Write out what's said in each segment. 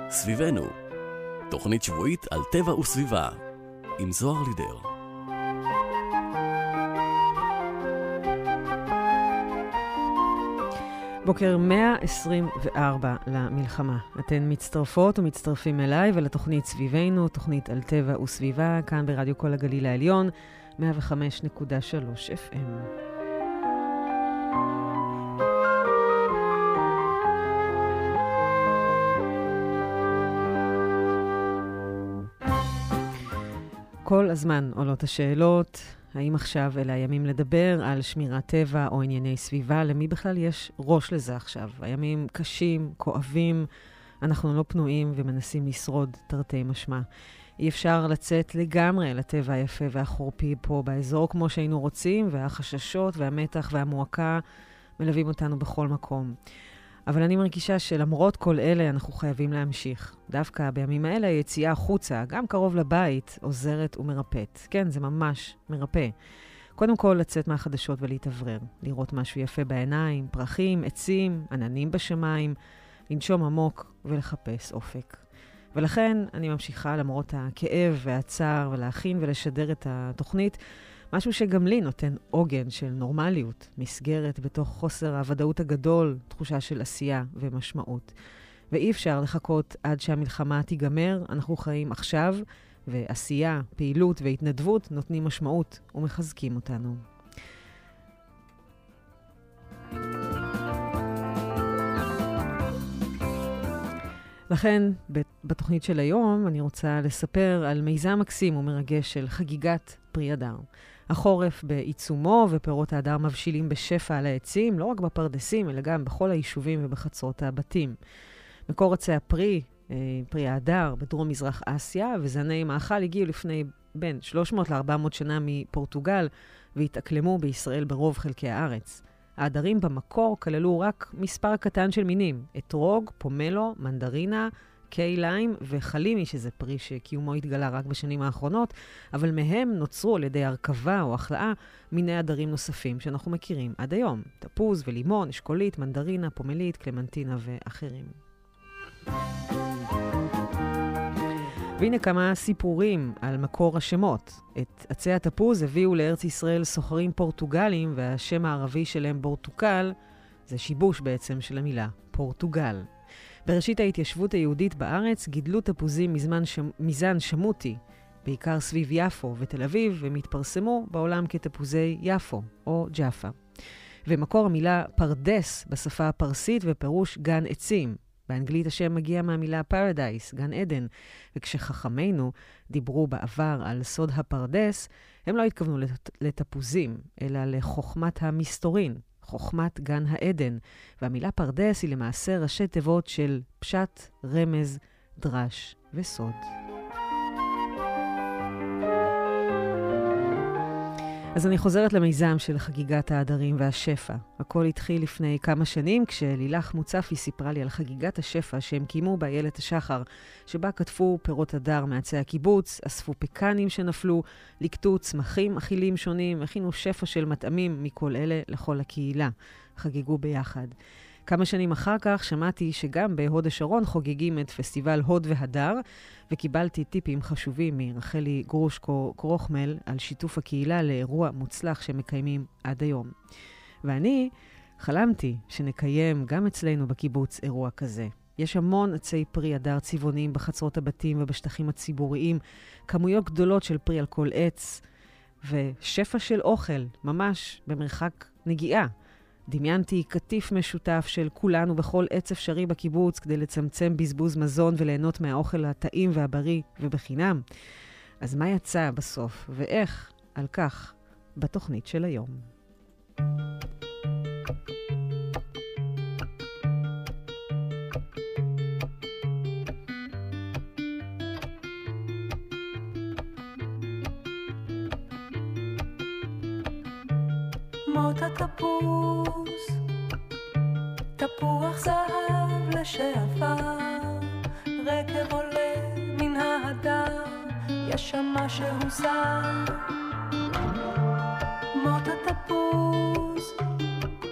סביבנו, תוכנית שבועית על טבע וסביבה, עם זוהר לידר. בוקר 124 למלחמה. אתן מצטרפות ומצטרפים אליי ולתוכנית סביבנו, תוכנית על טבע וסביבה, כאן ברדיו כל הגליל העליון, 105.3 FM. כל הזמן עולות השאלות, האם עכשיו אלה הימים לדבר על שמירת טבע או ענייני סביבה? למי בכלל יש ראש לזה עכשיו? הימים קשים, כואבים, אנחנו לא פנויים ומנסים לשרוד תרתי משמע. אי אפשר לצאת לגמרי לטבע היפה והחורפי פה באזור כמו שהיינו רוצים, והחששות והמתח והמועקה מלווים אותנו בכל מקום. אבל אני מרגישה שלמרות כל אלה אנחנו חייבים להמשיך. דווקא בימים האלה היציאה החוצה, גם קרוב לבית, עוזרת ומרפאת. כן, זה ממש מרפא. קודם כל לצאת מהחדשות ולהתעברר, לראות משהו יפה בעיניים, פרחים, עצים, עננים בשמיים, לנשום עמוק ולחפש אופק. ולכן אני ממשיכה למרות הכאב והצער ולהכין ולשדר את התוכנית, משהו שגם לי נותן עוגן של נורמליות, מסגרת בתוך חוסר הוודאות הגדול, תחושה של עשייה ומשמעות. ואי אפשר לחכות עד שהמלחמה תיגמר, אנחנו חיים עכשיו, ועשייה, פעילות והתנדבות נותנים משמעות ומחזקים אותנו. לכן, בתוכנית של היום, אני רוצה לספר על מיזם מקסים ומרגש של חגיגת פרי הדר. החורף בעיצומו ופירות ההדר מבשילים בשפע על העצים, לא רק בפרדסים, אלא גם בכל היישובים ובחצרות הבתים. מקור עצי הפרי, פרי ההדר, בדרום מזרח אסיה, וזני מאכל הגיעו לפני בין 300 ל-400 שנה מפורטוגל, והתאקלמו בישראל ברוב חלקי הארץ. ההדרים במקור כללו רק מספר קטן של מינים, אתרוג, פומלו, מנדרינה, קי ליים וחלימי, שזה פרי שקיומו התגלה רק בשנים האחרונות, אבל מהם נוצרו על ידי הרכבה או החלאה מיני הדרים נוספים שאנחנו מכירים עד היום. תפוז ולימון, אשכולית, מנדרינה, פומלית, קלמנטינה ואחרים. והנה כמה סיפורים על מקור השמות. את עצי התפוז הביאו לארץ ישראל סוחרים פורטוגלים, והשם הערבי שלהם בורטוקל, זה שיבוש בעצם של המילה פורטוגל. בראשית ההתיישבות היהודית בארץ גידלו תפוזים מזן שמותי, בעיקר סביב יפו ותל אביב, והם התפרסמו בעולם כתפוזי יפו או ג'אפה. ומקור המילה פרדס בשפה הפרסית ופירוש גן עצים. באנגלית השם מגיע מהמילה פרדייס, גן עדן, וכשחכמינו דיברו בעבר על סוד הפרדס, הם לא התכוונו לתפוזים, אלא לחוכמת המסתורין, חוכמת גן העדן, והמילה פרדס היא למעשה ראשי תיבות של פשט, רמז, דרש וסוד. אז אני חוזרת למיזם של חגיגת ההדרים והשפע. הכל התחיל לפני כמה שנים כשלילך מוצפי סיפרה לי על חגיגת השפע שהם קיימו באיילת השחר, שבה כתפו פירות הדר מעצי הקיבוץ, אספו פקנים שנפלו, לקטו צמחים אכילים שונים, הכינו שפע של מטעמים מכל אלה לכל הקהילה. חגגו ביחד. כמה שנים אחר כך שמעתי שגם בהוד השרון חוגגים את פסטיבל הוד והדר, וקיבלתי טיפים חשובים מרחלי גרושקו קרוחמל על שיתוף הקהילה לאירוע מוצלח שמקיימים עד היום. ואני חלמתי שנקיים גם אצלנו בקיבוץ אירוע כזה. יש המון עצי פרי הדר צבעוניים בחצרות הבתים ובשטחים הציבוריים, כמויות גדולות של פרי על כל עץ, ושפע של אוכל, ממש במרחק נגיעה. דמיינתי כתיף משותף של כולנו בכל עץ אפשרי בקיבוץ כדי לצמצם בזבוז מזון וליהנות מהאוכל הטעים והבריא ובחינם. אז מה יצא בסוף ואיך? על כך בתוכנית של היום. מות התפוז, תפוח זהב לשעבר, רכב עולה מן ההדר, יש שם משהו זר. מות התפוז,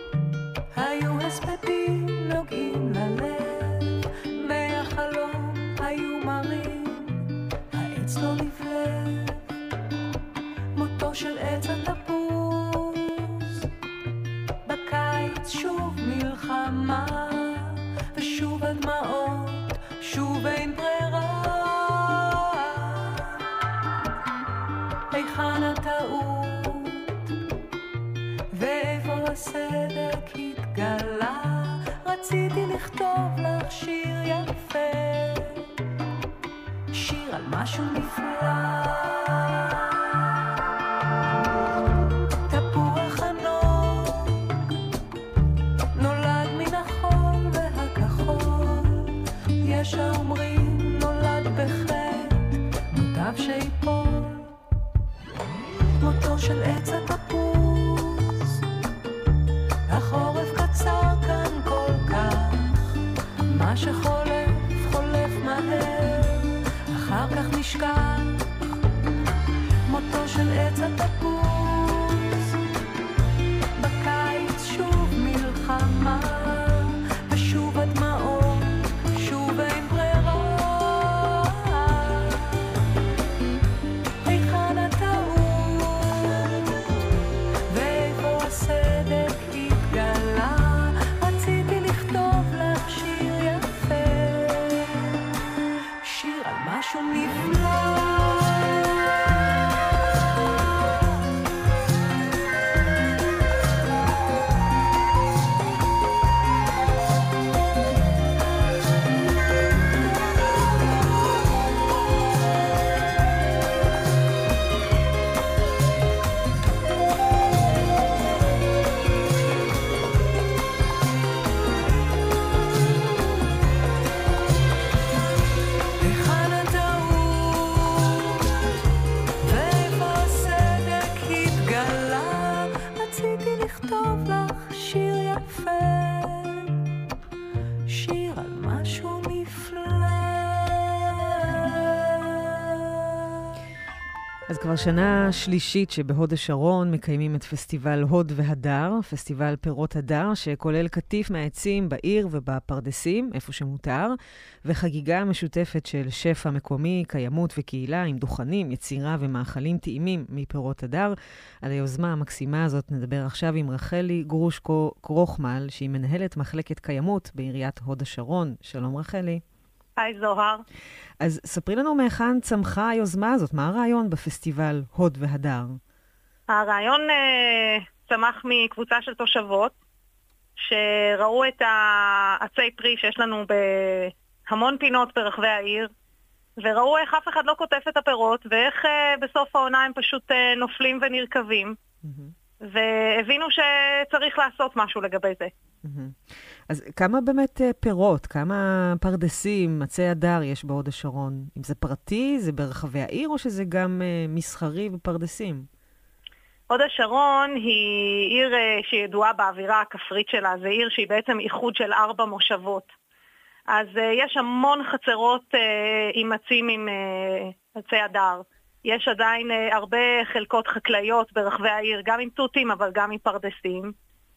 היו הספדים נוגעים ללב, מהחלום עץ התפוס. בקיץ שוב מלחמה, ושוב הדמעות, שוב אין ברירה. היכן הטעות, ואיפה הסדק התגלה. רציתי לכתוב לך שיר יפה, שיר על משהו נפלא. תפוח ענוק נולד מן החול והכחול, יש האומרים נולד בחטא, מוטב שיפול. מותו של עץ התפוס, החורף קצר כאן כל כך, מה שחולף חולף מהר, אחר כך נשכח. מותו של עץ התפוס, בקיץ שוב מלחמה, ושוב הדמעות, שוב אין ברירה. היכן הטעות, ואיפה הסדק התגלה. רציתי לכתוב לך שיר יפה, שיר על משהו נפלא. אז כבר שנה שלישית שבהוד השרון מקיימים את פסטיבל הוד והדר, פסטיבל פירות הדר, שכולל קטיף מהעצים בעיר ובפרדסים, איפה שמותר, וחגיגה משותפת של שפע מקומי, קיימות וקהילה, עם דוכנים, יצירה ומאכלים טעימים מפירות הדר. על היוזמה המקסימה הזאת נדבר עכשיו עם רחלי גרושקו קרוחמל, שהיא מנהלת מחלקת קיימות בעיריית הוד השרון. שלום רחלי. היי זוהר. אז ספרי לנו מהיכן צמחה היוזמה הזאת, מה הרעיון בפסטיבל הוד והדר? הרעיון צמח מקבוצה של תושבות שראו את העצי פרי שיש לנו בהמון פינות ברחבי העיר, וראו איך אף אחד לא כותף את הפירות, ואיך בסוף העונה הם פשוט נופלים ונרכבים, והבינו שצריך לעשות משהו לגבי זה. אז כמה באמת פירות, כמה פרדסים, עצי הדר יש בהוד השרון? אם זה פרטי, זה ברחבי העיר, או שזה גם מסחרי ופרדסים? הוד השרון היא עיר שידועה באווירה הכפרית שלה, זה עיר שהיא בעצם איחוד של 4 מושבות. אז יש המון חצרות עם עצים עם עצי הדר. יש עדיין הרבה חלקות חקלאיות ברחבי העיר, גם עם תותים אבל גם עם פרדסים.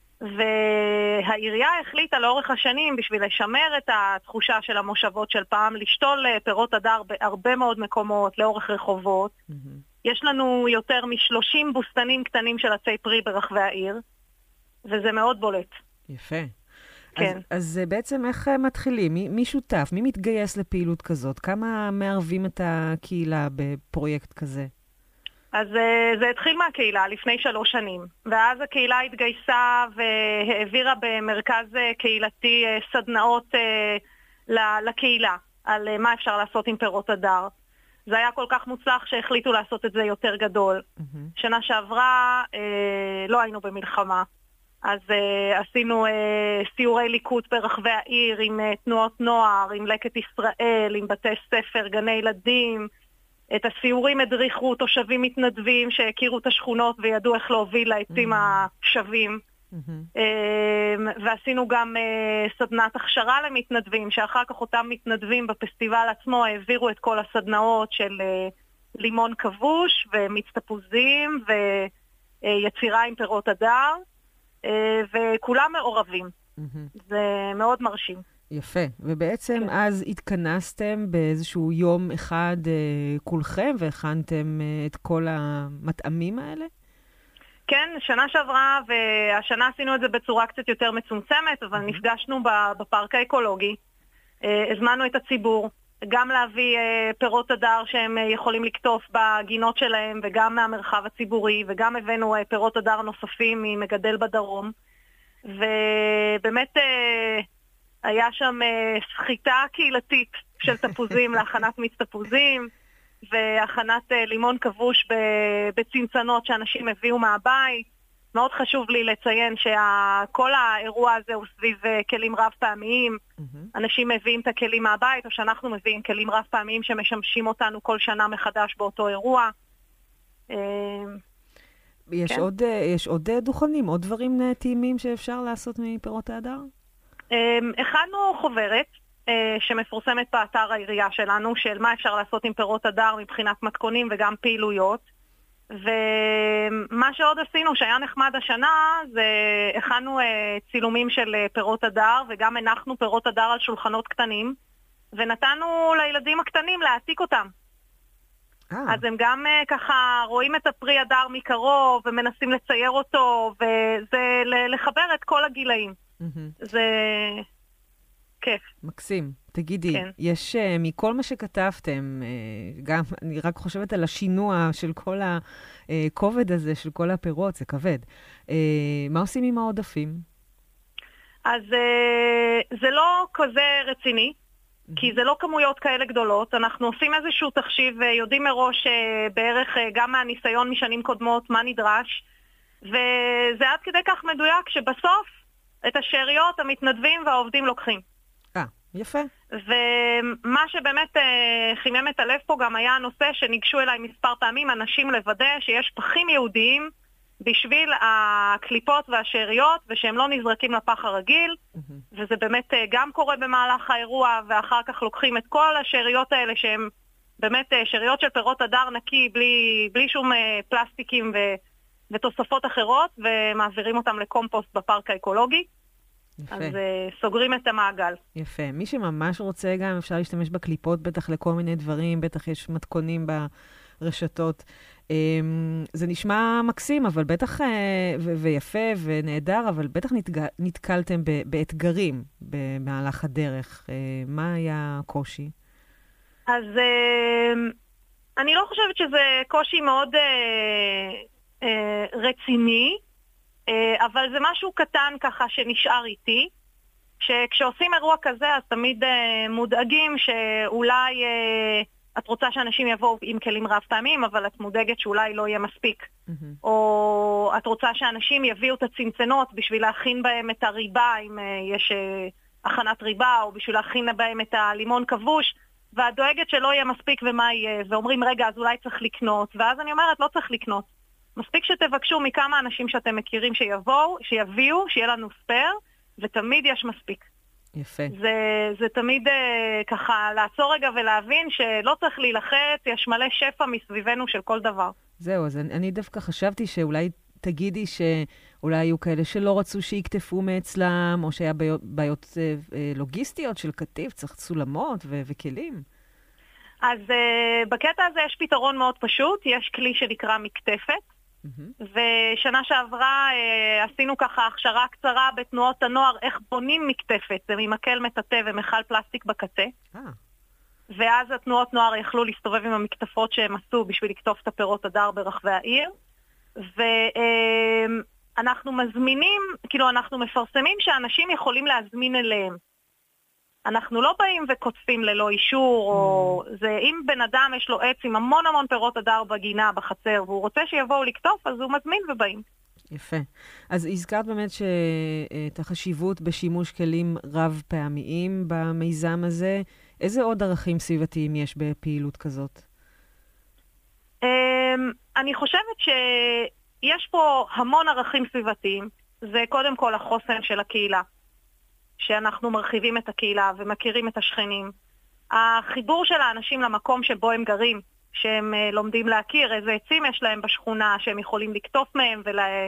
והעירייה החליטה לאורך השנים בשביל לשמר את התחושה של המושבות של פעם, לשתול פירות הדר בהרבה מאוד מקומות, לאורך רחובות. יש לנו יותר מ-30 בוסתנים קטנים של עצי פרי ברחבי העיר, וזה מאוד בולט. יפה. כן. אז בעצם איך מתחילים? מי שותף? מי מתגייס לפעילות כזאת? כמה מערבים את הקהילה בפרויקט כזה? אז זה התחיל מהקהילה לפני 3 שנים, ואז הקהילה התגייסה והעבירה במרכז קהילתי סדנאות לקהילה על מה אפשר לעשות עם פירות הדר. זה היה כל כך מוצלח שהחליטו לעשות את זה יותר גדול. שנה שעברה לא היינו במלחמה, אז עשינו סיורי ליקוט ברחבי העיר עם תנועות נוער, עם לקט ישראל, עם בתי ספר, גני ילדים. את הסיורים הדריכו תושבים מתנדבים שהכירו את השכונות וידעו איך להוביל לעצים השווים. ועשינו גם סדנת הכשרה למתנדבים, שאחר כך אותם מתנדבים בפסטיבל עצמו העבירו את כל הסדנאות של לימון כבוש ומיץ תפוזים ויצירה עם פירות הדר, וכולם מעורבים. זה מאוד מרשים. יפה, ובעצם אז התכנסתם באיזשהו יום אחד כולכם והכנתם את כל המטעמים האלה? כן, שנה שעברה, והשנה עשינו את זה בצורה קצת יותר מצומצמת, אבל נפגשנו בפארק האקולוגי, הזמנו את הציבור, גם להביא פירות הדר שהם יכולים לקטוף בגינות שלהם, וגם מהמרחב הציבורי, וגם הבאנו פירות הדר נוספים ממגדל בדרום, ובאמת היה שם סחיטה קהילתית של תפוזים להכנת מיץ תפוזים, והכנת לימון כבוש בצנצנות שאנשים הביאו מהבית. מאוד חשוב לי לציין שכל האירוע הזה הוא סביב כלים רב פעמיים. אנשים מביאים את הכלים מהבית, או שאנחנו מביאים כלים רב פעמיים שמשמשים אותנו כל שנה מחדש באותו אירוע. יש עוד דוכנים, עוד דברים טעימים שאפשר לעשות מפירות ההדר? הכנו חוברת שמפורסמת באתר העירייה שלנו, של מה אפשר לעשות עם פירות הדר מבחינת מתכונים וגם פעילויות. ומה שעוד עשינו שהיה נחמד השנה, זה הכנו צילומים של פירות הדר, וגם הנחנו פירות הדר על שולחנות קטנים, ונתנו לילדים הקטנים להעתיק אותם. אז הם גם ככה רואים את הפרי הדר מקרוב, ומנסים לצייר אותו, וזה לחבר את כל הגילאים. זה כיף. מקסים. תגידי, יש מכל מה שכתבתם, גם אני רק חושבת על השינוע של כל הכובד הזה, של כל הפירות, זה כבד. מה עושים עם העודפים? אז זה לא כזה רציני, כי זה לא כמויות כאלה גדולות. אנחנו עושים איזשהו תחשיב, יודעים מראש בערך גם מהניסיון משנים קודמות מה נדרש, וזה עד כדי כך מדויק שבסוף את השאריות המתנדבים והעובדים לוקחים. יפה. ומה שבאמת חימם את הלב פה גם היה הנושא שניגשו אליי מספר פעמים אנשים לוודא שיש פחים יהודיים בשביל הקליפות והשאריות, ושהם לא נזרקים לפח הרגיל, וזה באמת גם קורה במהלך האירוע, ואחר כך לוקחים את כל השאריות האלה שהם באמת שאריות של פירות הדר נקי, בלי שום פלסטיקים ותוספות אחרות, ומעבירים אותם לקומפוסט בפארק האקולוגי. יפה. אז סוגרים את המעגל. יפה. מי שממש רוצה גם אפשר להשתמש בקליפות בטח לכל מיני דברים, בטח יש מתכונים ברשתות. זה נשמע מקסים, אבל בטח, ויפה ונהדר, אבל בטח נתקלתם באתגרים במהלך הדרך. מה היה הקושי? אז אני לא חושבת שזה קושי מאוד רציני, אבל זה משהו קטן ככה שנשאר איתי, שכשעושים אירוע כזה אז תמיד מודאגים שאולי את רוצה שאנשים יבואו עם כלים רב פעמים, אבל את מודאגת שאולי לא יהיה מספיק. או את רוצה שאנשים יביאו את הצנצנות בשביל להכין בהם את הריבה, אם יש הכנת ריבה, או בשביל להכין בהם את הלימון כבוש, ואת דואגת שלא יהיה מספיק ומה יהיה, ואומרים רגע אז אולי צריך לקנות, ואז אני אומרת לא צריך לקנות. מספיק שתבקשו מכמה אנשים שאתם מכירים שיביאו, שיהיה לנו ספר, ותמיד יש מספיק. יפה. זה תמיד ככה לעצור רגע ולהבין שלא צריך להילחץ, יש מלא שפע מסביבנו של כל דבר. זהו, אז אני דווקא חשבתי שאולי תגידי שאולי היו כאלה שלא רצו שיקטפו מאצלם, או שהיה בעיות לוגיסטיות של כתיב, צריך סולמות וכלים. אז בקטע הזה יש פתרון מאוד פשוט, יש כלי שנקרא מקטפת, ושנה שעברה עשינו ככה הכשרה קצרה בתנועות הנוער איך בונים מקטפת, זה ממקל מטאטא ומכל פלסטיק בקצה, ואז התנועות נוער יכלו להסתובב עם המקטפות שהם עשו בשביל לקטוף את הפירות הדר ברחבי העיר, ואנחנו מזמינים, כאילו אנחנו מפרסמים שאנשים יכולים להזמין אליהם. אנחנו לא באים וקוטפים ללא אישור, או זה, אם בן אדם יש לו עץ עם המון המון פירות הדר בגינה, בחצר, והוא רוצה שיבואו לקטוף, אז הוא מזמין ובאים. יפה. אז הזכרת באמת את החשיבות בשימוש כלים רב פעמיים במיזם הזה. איזה עוד ערכים סביבתיים יש בפעילות כזאת? אני חושבת שיש פה המון ערכים סביבתיים. זה קודם כל החוסן של הקהילה. שאנחנו מרחיבים את הקהילה ומכירים את השכנים. החיבור של האנשים למקום שבו הם גרים, שהם לומדים להכיר איזה עצים יש להם בשכונה, שהם יכולים לקטוף מהם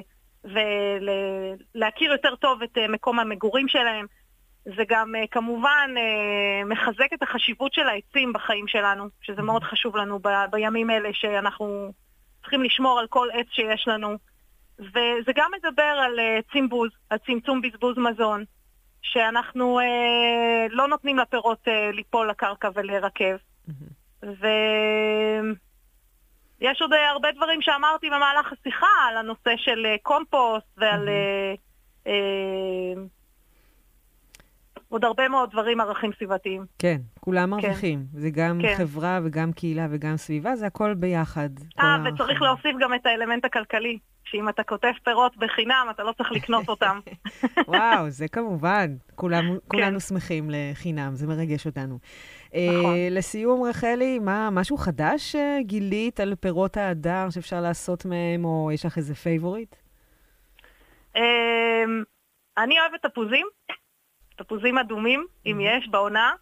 ולהכיר יותר טוב את מקום המגורים שלהם. זה גם כמובן מחזק את החשיבות של העצים בחיים שלנו, שזה מאוד חשוב לנו בימים אלה שאנחנו צריכים לשמור על כל עץ שיש לנו. וזה גם מדבר על צימבוז, על צמצום בזבוז מזון, שאנחנו לא נותנים לפירות ליפול לקרקע ולהירקב. ויש עוד הרבה דברים שאמרתי במהלך השיחה על הנושא של קומפוסט ועל עוד הרבה מאוד דברים, ערכים סביבתיים. כן, כולם מרוויחים. זה גם חברה וגם קהילה וגם סביבה, זה הכל ביחד. וצריך להוסיף גם את האלמנט הכלכלי, שאם אתה כותב פירות בחינם, אתה לא צריך לקנות אותם. וואו, זה כמובן. כולנו שמחים לחינם, זה מרגש אותנו. לסיום, רחלי, משהו חדש גילית על פירות ההדר שאפשר לעשות מהם, או יש לך איזה פייבוריט? אני אוהבת תפוזים. תפוזים אדומים, אם יש, בעונה.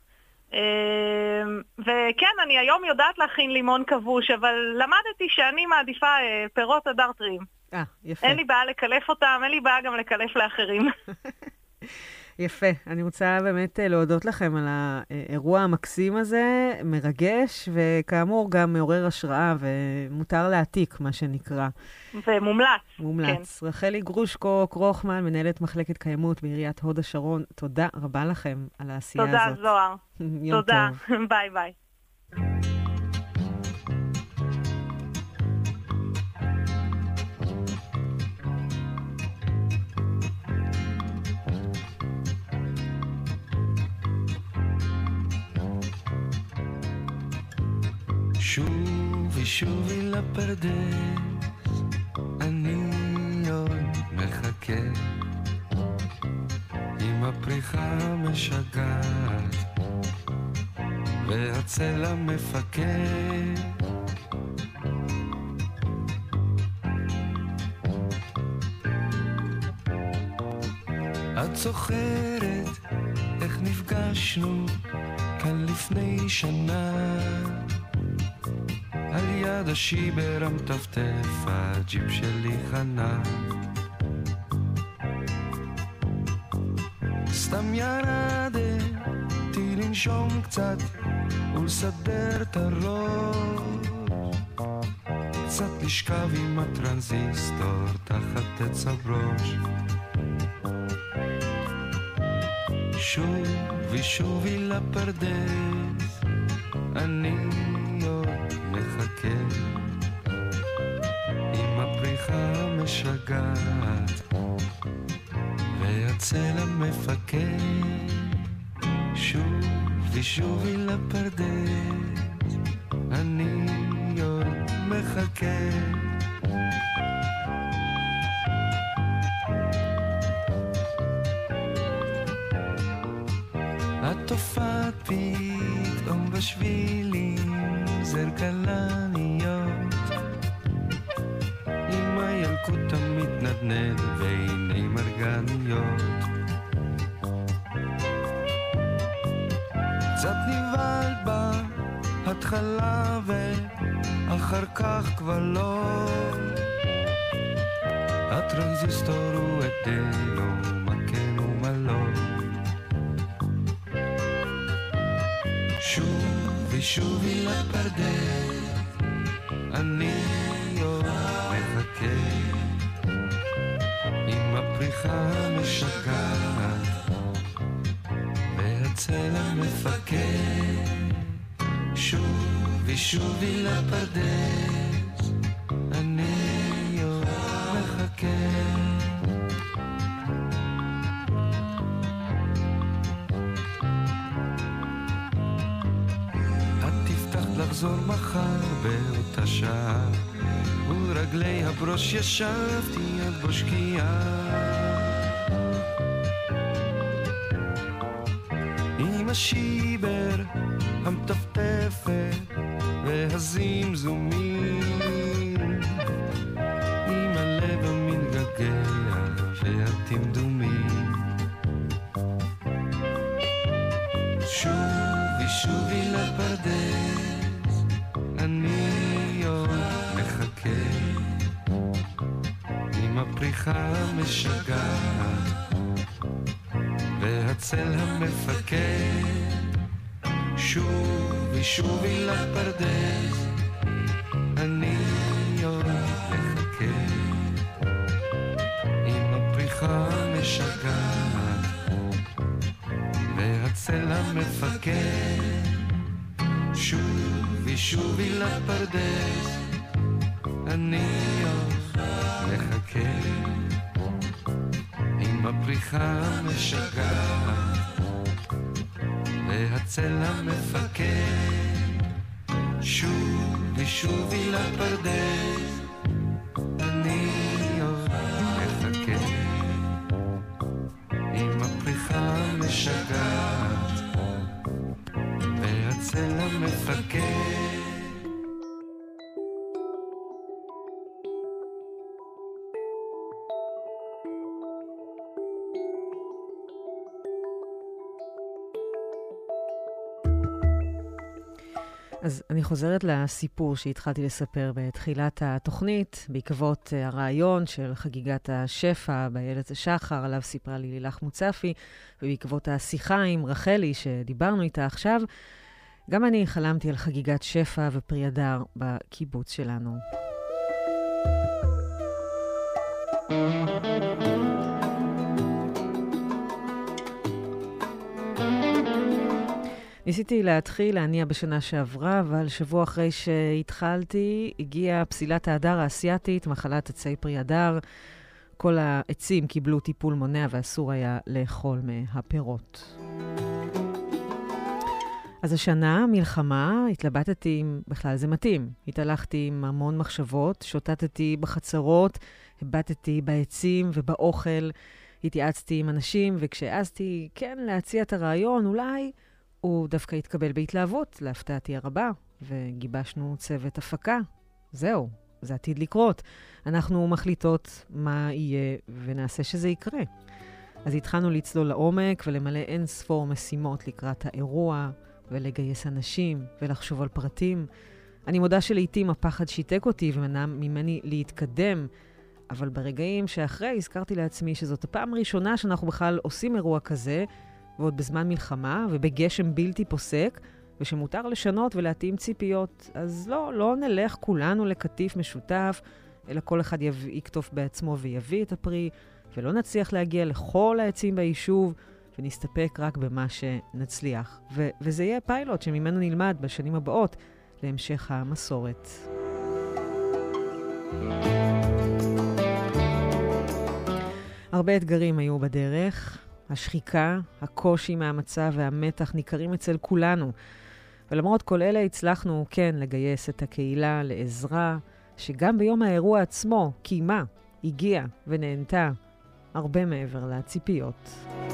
וכן, אני היום יודעת להכין לימון כבוש, אבל למדתי שאני מעדיפה פירות הדר טריים. יפה. אין לי בעיה לקלף אותם, אין לי בעיה גם לקלף לאחרים. יפה. אני רוצה באמת להודות לכם על האירוע המקסים הזה, מרגש, וכאמור גם מעורר השראה, ומותר להעתיק, מה שנקרא. ומומלץ. מומלץ. כן. רחלי גרושקו קרוחמן, מנהלת מחלקת קיימות בעיריית הוד השרון, תודה רבה לכם על העשייה הזאת. תודה, זוהר. יום תודה. טוב. ביי ביי. שובי שובי לפרדס, אני עוד מחכה עם הפריחה משגעת והצלע מפקד. את זוכרת איך נפגשנו כאן לפני שנה, על יד השיבר המטפטף הג'יפ שלי חנה. סתם ירדתי לנשום קצת ולסדר את הראש, קצת לשכב עם הטרנזיסטור תחת עץ הברוש. שובי שובי לפרדס, אני מחכה עם הפריחה המשגעת והצלע מפקד. שובי שובי לפרדס, אני עוד מחכה. את הופעת פתאום בשבילים זרקלניות עם הילקוט המתנדנד בעיני מרגניות. קצת נבהלת בהתחלה ואחר כך כבר לא, הטרנזיסטור הוא אדלו, מה כן ומה לא. שובי שובי לפרדס, אני עוד מחכה עם הפריחה המשגעת והצלע מפקד. שובי שובי לפרדס, אני עוד מחכה. לחזור מחר באותה שעה ורגלי הברוש ישבתי עד בשקיעה, עם השיבר המטפטפת והזמזומים, עם הלב המתגעגע והתמדומים. שובי שובי לפרדס, אני עוד מחכה עם הפריחה המשגעת והצל המפקד. שובי שובי לפרדס, אני עוד מחכה משגעת והצלע מפקד שובי לפרדס אני עוד מחכה עם הפריחה משגעת והצלע מפקד שובי לפרדס אני עוד מחכה עם הפריחה משגעת והצלע מפקד אז אני חוזרת לסיפור שהתחלתי לספר בתחילת התוכנית, בעקבות הרעיון של חגיגת השפע באיילת השחר, עליו סיפרה לי לילך מוצפי, ובעקבות השיחה עם רחלי שדיברנו איתה עכשיו, גם אני חלמתי על חגיגת שפע ופרי הדר בקיבוץ שלנו. ניסיתי להתחיל להניע בשנה שעברה, אבל שבוע אחרי שהתחלתי, הגיעה פסילת ההדר האסייתית, מחלת עצי פרי הדר. כל העצים קיבלו טיפול מונע ואסור היה לאכול מהפירות. אז השנה, מלחמה, התלבטתי אם בכלל זה מתאים. התהלכתי עם המון מחשבות, שוטטתי בחצרות, הבטתי בעצים ובאוכל, התייעצתי עם אנשים, וכשהעזתי כן להציע את הרעיון, אולי הוא דווקא התקבל בהתלהבות, להפתעתי הרבה, וגיבשנו צוות הפקה. זהו, זה עתיד לקרות. אנחנו מחליטות מה יהיה ונעשה שזה יקרה. אז התחלנו לצלול לעומק ולמלא אין ספור משימות לקראת האירוע, ולגייס אנשים ולחשוב על פרטים. אני מודה שלעיתים הפחד שיתק אותי ומנע ממני להתקדם, אבל ברגעים שאחרי הזכרתי לעצמי שזאת הפעם הראשונה שאנחנו בכלל עושים אירוע כזה, ועוד בזמן מלחמה ובגשם בלתי פוסק, ושמותר לשנות ולהתאים ציפיות. אז לא נלך כולנו לקטיף משותף, אלא כל אחד יקטוף בעצמו ויביא את הפרי, ולא נצליח להגיע לכל העצים ביישוב, ונסתפק רק במה שנצליח. וזה יהיה פיילוט שממנו נלמד בשנים הבאות להמשך המסורת. הרבה אתגרים היו בדרך. השחיקה, הקושי מהמצב והמתח ניכרים אצל כולנו. ולמרות כל אלה הצלחנו כן לגייס את הקהילה לעזרה, שגם ביום האירוע עצמו קיימה, הגיעה ונהנתה הרבה מעבר לציפיות.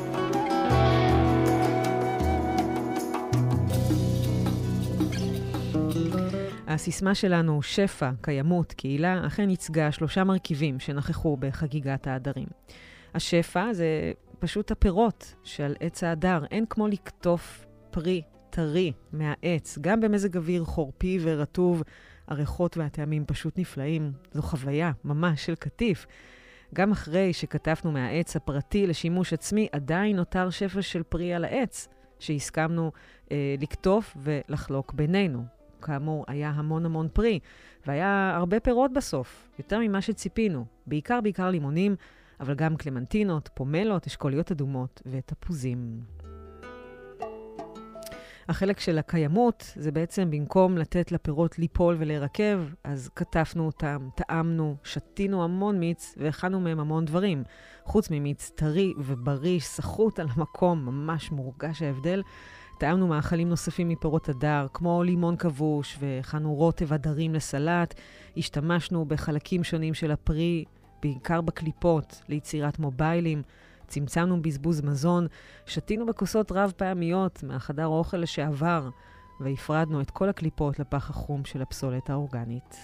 הסיסמה שלנו, שפע, קיימות, קהילה, אכן ייצגה 3 מרכיבים שנכחו בחגיגת ההדרים. השפע זה פשוט הפירות של עץ ההדר. אין כמו לקטוף פרי טרי מהעץ, גם במזג אוויר חורפי ורטוב. הריחות והטעמים פשוט נפלאים. זו חוויה ממש של קטיף. גם אחרי שכתפנו מהעץ הפרטי לשימוש עצמי, עדיין נותר שפע של פרי על העץ, שהסכמנו לקטוף ולחלוק בינינו. כאמור, היה המון פרי, והיה הרבה פירות בסוף, יותר ממה שציפינו. בעיקר לימונים, אבל גם קלמנטינות, פומלות, אשכוליות אדומות ותפוזים. החלק של הקיימות זה בעצם במקום לתת לפירות ליפול ולהירקב, אז כתפנו אותם, טעמנו, שתינו המון מיץ והכנו מהם המון דברים. חוץ ממיץ טרי ובריא, סחוט על המקום, ממש מורגש ההבדל. טעמנו מאכלים נוספים מפירות הדר, כמו לימון כבוש, והכנו רוטב הדרים לסלט. השתמשנו בחלקים שונים של הפרי, בעיקר בקליפות, ליצירת מוביילים. צמצמנו בזבוז מזון, שתינו בכוסות רב פעמיות מהחדר האוכל לשעבר, והפרדנו את כל הקליפות לפח החום של הפסולת האורגנית.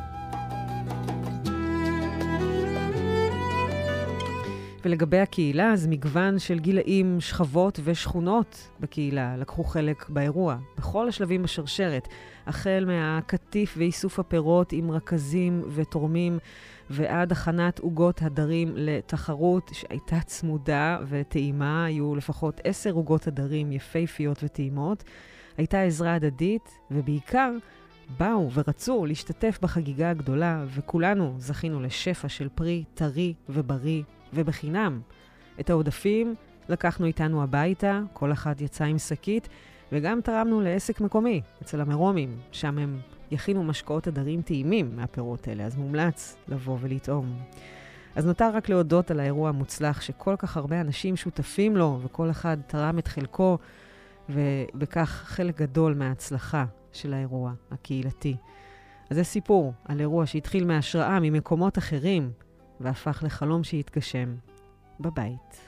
ולגבי הקהילה, אז מגוון של גילאים, שכבות ושכונות בקהילה לקחו חלק באירוע, בכל השלבים בשרשרת, החל מהקטיף ואיסוף הפירות עם רכזים ותורמים, ועד הכנת עוגות הדרים לתחרות שהייתה צמודה וטעימה, היו לפחות 10 עוגות הדרים יפהפיות וטעימות, הייתה עזרה הדדית, ובעיקר באו ורצו להשתתף בחגיגה הגדולה, וכולנו זכינו לשפע של פרי טרי ובריא ובחינם. את העודפים לקחנו איתנו הביתה, כל אחד יצא עם שקית, וגם תרמנו לעסק מקומי, אצל המרומים, שם הם יכינו משקאות עדרים טעימים מהפירות האלה, אז מומלץ לבוא ולטעום. אז נותר רק להודות על האירוע המוצלח שכל כך הרבה אנשים שותפים לו, וכל אחד תרם את חלקו, ובכך חלק גדול מההצלחה של האירוע הקהילתי. אז זה סיפור על אירוע שהתחיל מהשראה ממקומות אחרים, והפך לחלום שהתגשם בבית.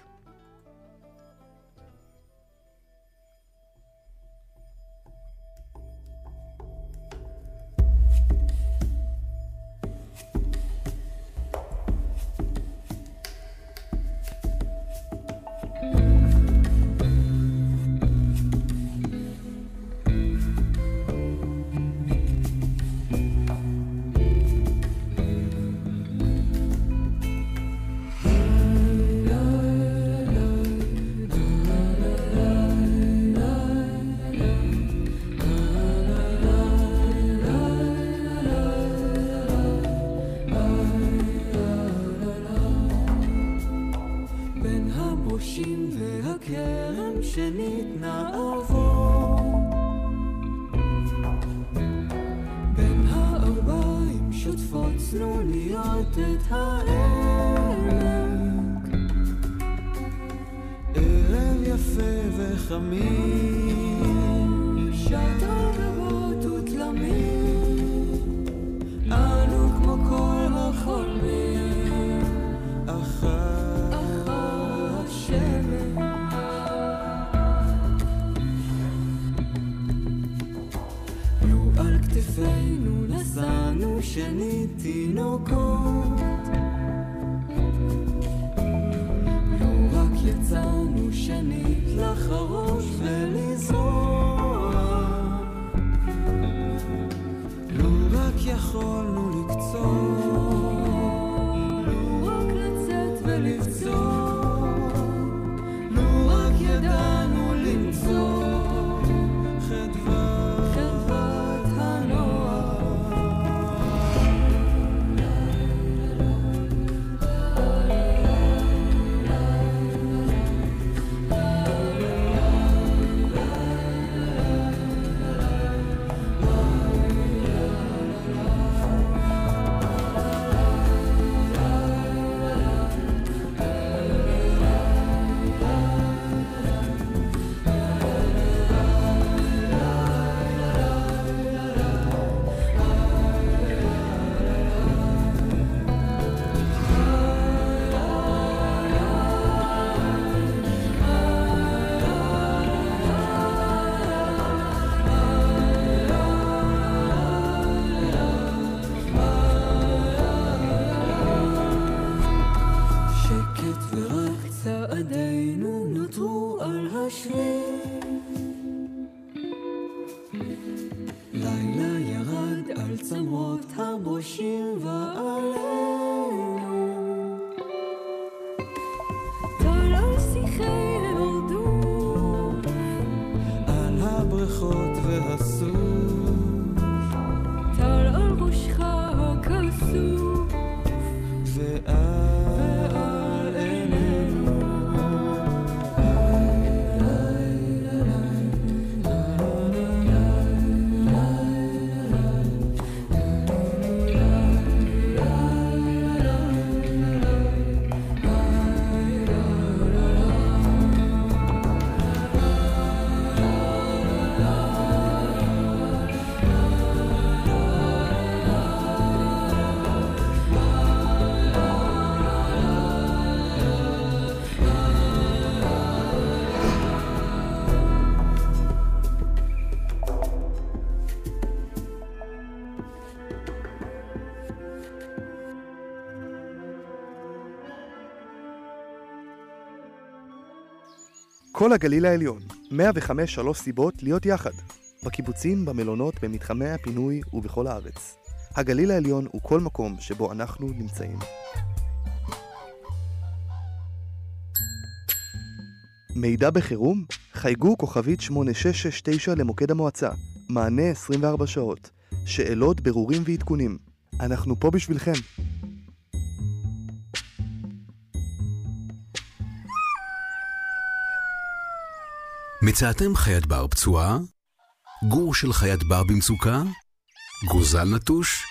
כל הגליל העליון, 105 סיבות להיות יחד. בקיבוצים, במלונות, במתחמי הפינוי ובכל הארץ. הגליל העליון הוא כל מקום שבו אנחנו נמצאים. מידע בחירום? חייגו כוכבית 8669 למוקד המועצה. מענה 24 שעות. שאלות, ברורים ועדכונים. אנחנו פה בשבילכם. מצאתם חיית בר פצועה? גור של חיית בר במצוקה? גוזל נטוש?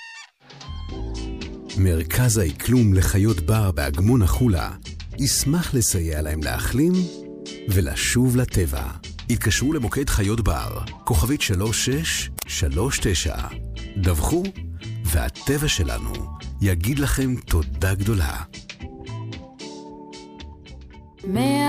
מרכז האקלום לחיות בר באגמון החולה ישמח לסייע להם להחלים ולשוב לטבע. התקשרו למוקד חיות בר, כוכבית 3639. דווחו, והטבע שלנו יגיד לכם תודה גדולה. 105.3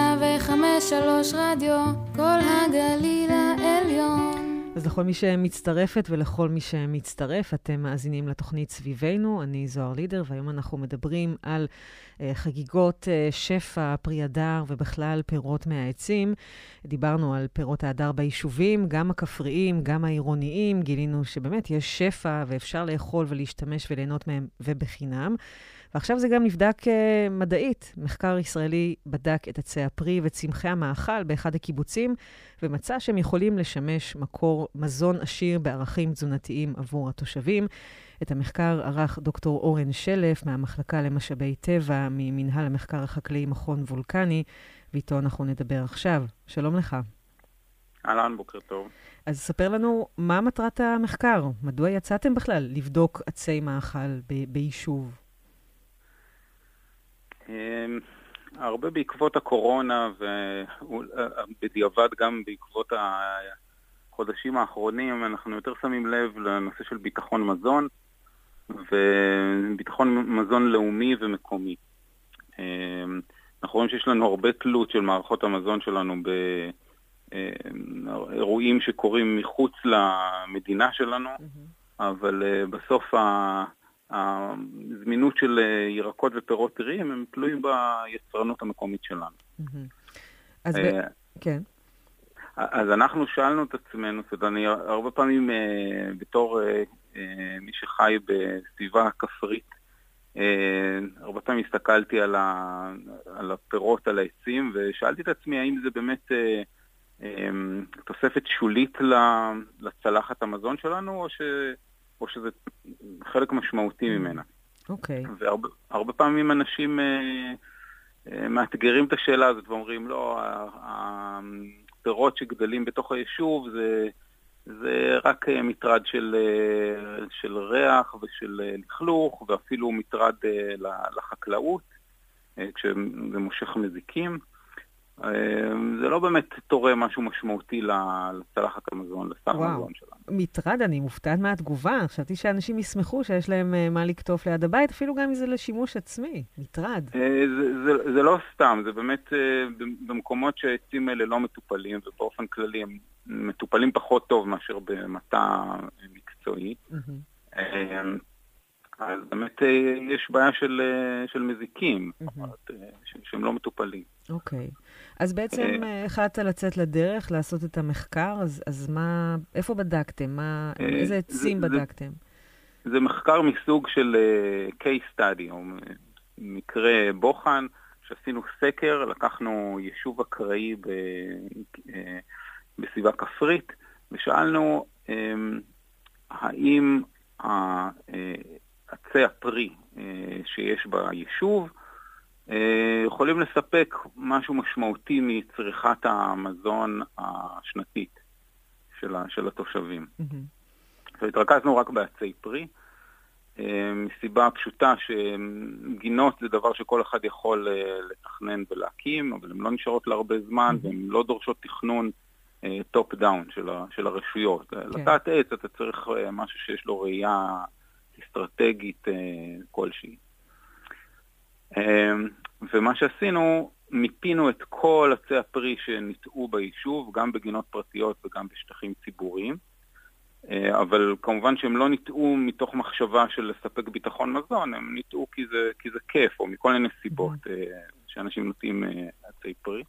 רדיו, כל הגליל העליון. אז לכל מי שמצטרפת ולכל מי שמצטרף, אתם מאזינים לתוכנית סביבנו. אני זוהר לידר, והיום אנחנו מדברים על חגיגות שפע, פרי הדר ובכלל פירות מהעצים. דיברנו על פירות ההדר ביישובים, גם הכפריים, גם העירוניים. גילינו שבאמת יש שפע ואפשר לאכול ולהשתמש וליהנות מהם ובחינם. ועכשיו זה גם נבדק מדעית. מחקר ישראלי בדק את עצי הפרי וצמחי המאכל באחד הקיבוצים, ומצא שהם יכולים לשמש מקור מזון עשיר בערכים תזונתיים עבור התושבים. את המחקר ערך דוקטור אורן שלף מהמחלקה למשאבי טבע ממנהל המחקר החקלאי מכון וולקני, ואיתו אנחנו נדבר עכשיו. שלום לך. אהלן, בוקר טוב. אז ספר לנו מה מטרת המחקר. מדוע יצאתם בכלל לבדוק עצי מאכל ביישוב? הרבה בעקבות הקורונה ובדיעבד גם בעקבות החודשים האחרונים אנחנו יותר שמים לב לנושא של ביטחון מזון וביטחון מזון לאומי ומקומי. אנחנו רואים שיש לנו הרבה תלות של מערכות המזון שלנו באירועים שקורים מחוץ למדינה שלנו, אבל בסוף הזמינות של ירקות ופירות טריים הם תלויים ביצרנות המקומית שלנו. אז כן. אז אנחנו שאלנו את עצמנו, אני הרבה פעמים בתור מי שחי בסביבה כפרית, הרבה פעמים הסתכלתי על הפירות, על העצים, ושאלתי את עצמי האם זה באמת תוספת שולית לצלחת המזון שלנו, או שזה חלק משמעותי ממנה. אוקיי. והרבה פעמים אנשים מאתגרים את השאלה הזאת ואומרים, לא, הפירות שגדלים בתוך היישוב זה רק מטרד של ריח ושל לכלוך, ואפילו מטרד לחקלאות, כשזה מושך מזיקים. זה לא באמת תורם משהו משמעותי לצלחת המזון, לסך המזון שלנו. מטרד, אני מופתעת מהתגובה. חשבתי שאנשים ישמחו שיש להם מה לקטוף ליד הבית, אפילו גם אם זה לשימוש עצמי. מטרד. זה לא סתם, זה באמת במקומות שהעצים האלה לא מטופלים, ובאופן כללי הם מטופלים פחות טוב מאשר במטע מקצועי. אז באמת יש בעיה של מזיקים, שהם לא מטופלים. אוקיי. אז בעצם החלטת לצאת לדרך, לעשות את המחקר, אז מה, איפה בדקתם? איזה עצים בדקתם? זה מחקר מסוג של case study, או מקרה בוחן, שעשינו סקר, לקחנו יישוב אקראי בסביבה כפרית, ושאלנו האם עצי הפרי שיש ביישוב יכולים לספק משהו משמעותי מצריכת המזון השנתית של התושבים. והתרכזנו רק בעצי פרי, מסיבה פשוטה שגינות זה דבר שכל אחד יכול לתכנן ולהקים, אבל הן לא נשארות להרבה זמן, והן לא דורשות תכנון טופ דאון של הרשויות. לטעת עץ אתה צריך משהו שיש לו ראייה אסטרטגית כלשהי. ומה שעשינו, מיפינו את כל עצי הפרי שניטעו ביישוב, גם בגינות פרטיות וגם בשטחים ציבוריים, אבל כמובן שהם לא ניטעו מתוך מחשבה של לספק ביטחון מזון, הם ניטעו כי זה כיף, או מכל מיני סיבות שאנשים נוטעים עצי פרי.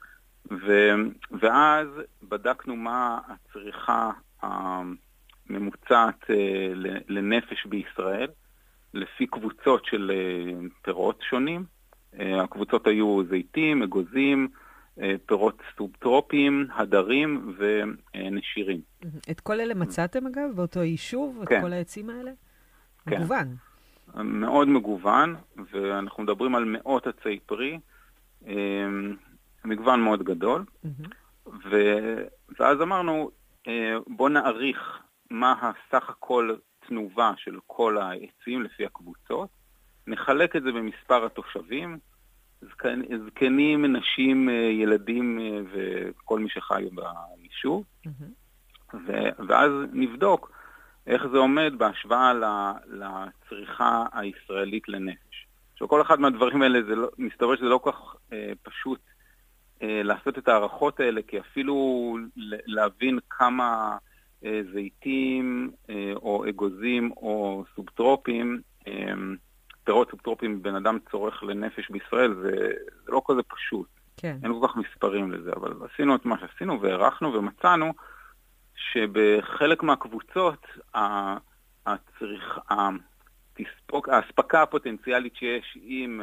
ואז בדקנו מה הצריכה הממוצעת לנפש בישראל, לפי קבוצות של פירות שונים. הקבוצות היו זיתים, אגוזים, פירות סובטרופיים, הדרים ונשירים. את כל אלה מצאתם אגב באותו יישוב? כן. את כל העצים האלה? כן. מגוון. מאוד מגוון, ואנחנו מדברים על מאות עצי פרי, מגוון מאוד גדול. ואז אמרנו, בוא נעריך מה הסך הכל תנובה של כל העצים לפי הקבוצות, נחלק את זה במספר התושבים, זקנים, נשים, ילדים וכל מי שחי ביישוב, ואז נבדוק איך זה עומד בהשוואה לצריכה הישראלית לנפש. שכל אחד מהדברים האלה, מסתבר שזה לא כך פשוט לעשות את הערכות האלה, כי אפילו להבין כמה זיתים או אגוזים או סובטרופים, פירות סובטרופים בן אדם צורך לנפש בישראל, זה לא כזה פשוט. כן. אין כל כך מספרים לזה, אבל עשינו את מה שעשינו והערכנו ומצאנו שבחלק מהקבוצות ההספקה הפוטנציאלית שיש עם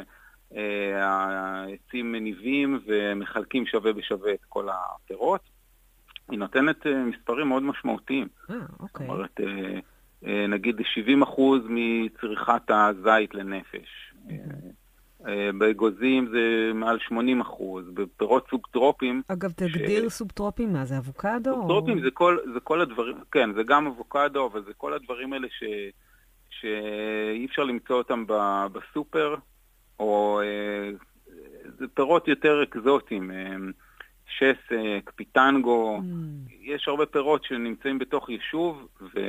העצים מניבים ומחלקים שווה בשווה את כל הפירות, היא נותנת מספרים מאוד משמעותיים. אוקיי. זאת אומרת, נגיד 70% מצריכת הזית לנפש. באגוזים זה מעל 80%, בפירות סובטרופים... אגב, תגדיר סובטרופים, מה זה, אבוקדו? סובטרופים זה כל הדברים, כן, זה גם אבוקדו, אבל זה כל הדברים האלה שאי אפשר למצוא אותם בסופר, או זה פירות יותר אקזוטיים, שסק, פיטנגו, יש הרבה פירות שנמצאים בתוך יישוב,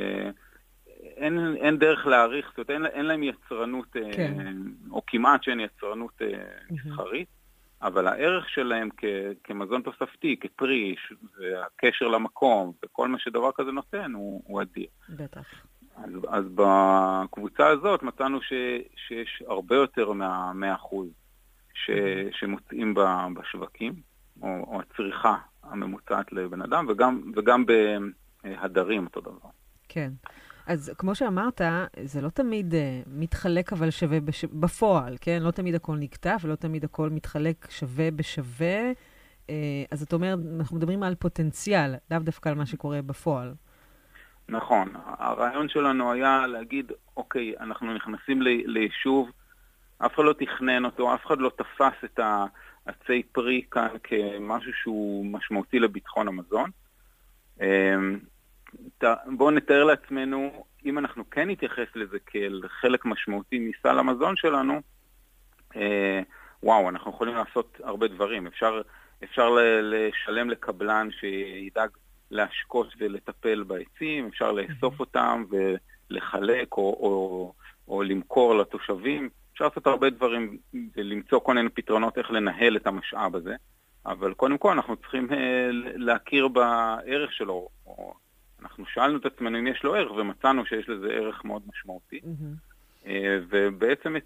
אין דרך להעריך, זאת אומרת, אין להם יצרנות, או כמעט שאין יצרנות מסחרית, אבל הערך שלהם כמזון תוספתי, כפרי, והקשר למקום, וכל מה שדבר כזה נותן, הוא אדיר. בטח. אז בקבוצה הזאת מצאנו שיש הרבה יותר מה100% שמוצאים בשווקים, או הצריכה הממוצעת לבן אדם, וגם בהדרים אותו דבר. כן. אז כמו שאמרת, זה לא תמיד מתחלק אבל שווה בפועל, כן? לא תמיד הכל נקטף, ולא תמיד הכל מתחלק שווה בשווה. אז את אומרת, אנחנו מדברים על פוטנציאל, לאו דווקא על מה שקורה בפועל. נכון. הרעיון שלנו היה להגיד, אוקיי, אנחנו נכנסים ליישוב, אף אחד לא תכנן אותו, אף אחד לא תפס את העצי פרי כאן כמשהו שהוא משמעותי לביטחון המזון. בואו נתאר לעצמנו, אם אנחנו כן נתייחס לזה כאל חלק משמעותי מסל המזון שלנו, וואו, אנחנו יכולים לעשות הרבה דברים. אפשר לשלם לקבלן שידאג להשקות ולטפל בעצים, אפשר לאסוף אותם ולחלק או למכור לתושבים. אפשר לעשות הרבה דברים ולמצוא כל מיני פתרונות איך לנהל את המשאב הזה, אבל קודם כל אנחנו צריכים להכיר בערך שלו, אנחנו שאלנו את עצמנו אם יש לו ערך, ומצאנו שיש לזה ערך מאוד משמעותי. ובעצם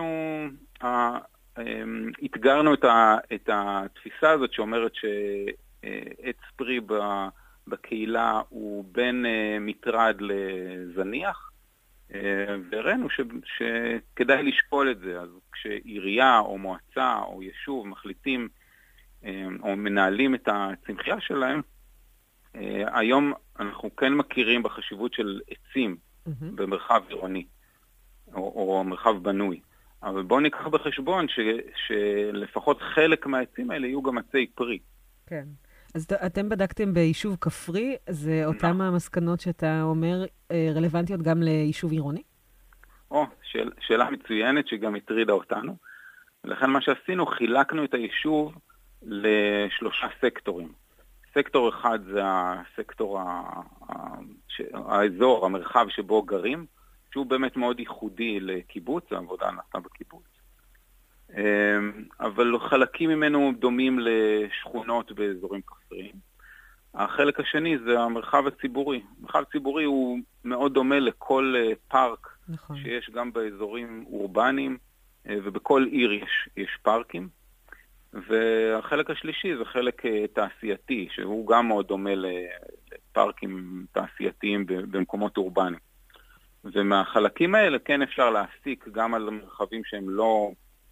התגרנו את התפיסה הזאת שאומרת שעץ פרי בקהילה הוא בין מטרד לזניח, והראינו שכדאי לשקול את זה. אז כשעירייה או מועצה או יישוב מחליטים או מנהלים את הצמחייה שלהם, היום אנחנו כן מכירים בחשיבות של עצים במרחב עירוני, או מרחב בנוי. אבל בואו ניקח בחשבון שלפחות חלק מהעצים האלה יהיו גם עצי פרי. כן. אז אתם בדקתם ביישוב כפרי, זה אותם המסקנות שאתה אומר רלוונטיות גם ליישוב עירוני? שאלה מצוינת שגם הטרידה אותנו. ולכן מה שעשינו, חילקנו את היישוב לשלושה סקטורים. סקטור אחד זה הסקטור, האזור, המרחב שבו גרים, שהוא באמת מאוד ייחודי לקיבוץ, העבודה נעשתה בקיבוץ. אבל חלקים ממנו דומים לשכונות באזורים כפריים. החלק השני זה המרחב הציבורי. המרחב הציבורי הוא מאוד דומה לכל פארק שיש גם באזורים אורבניים, ובכל עיר יש פארקים. והחלק השלישי זה חלק תעשייתי, שהוא גם מאוד דומה לפארקים תעשייתיים במקומות אורבניים. ומהחלקים האלה כן אפשר להסיק גם על מרחבים שהם לא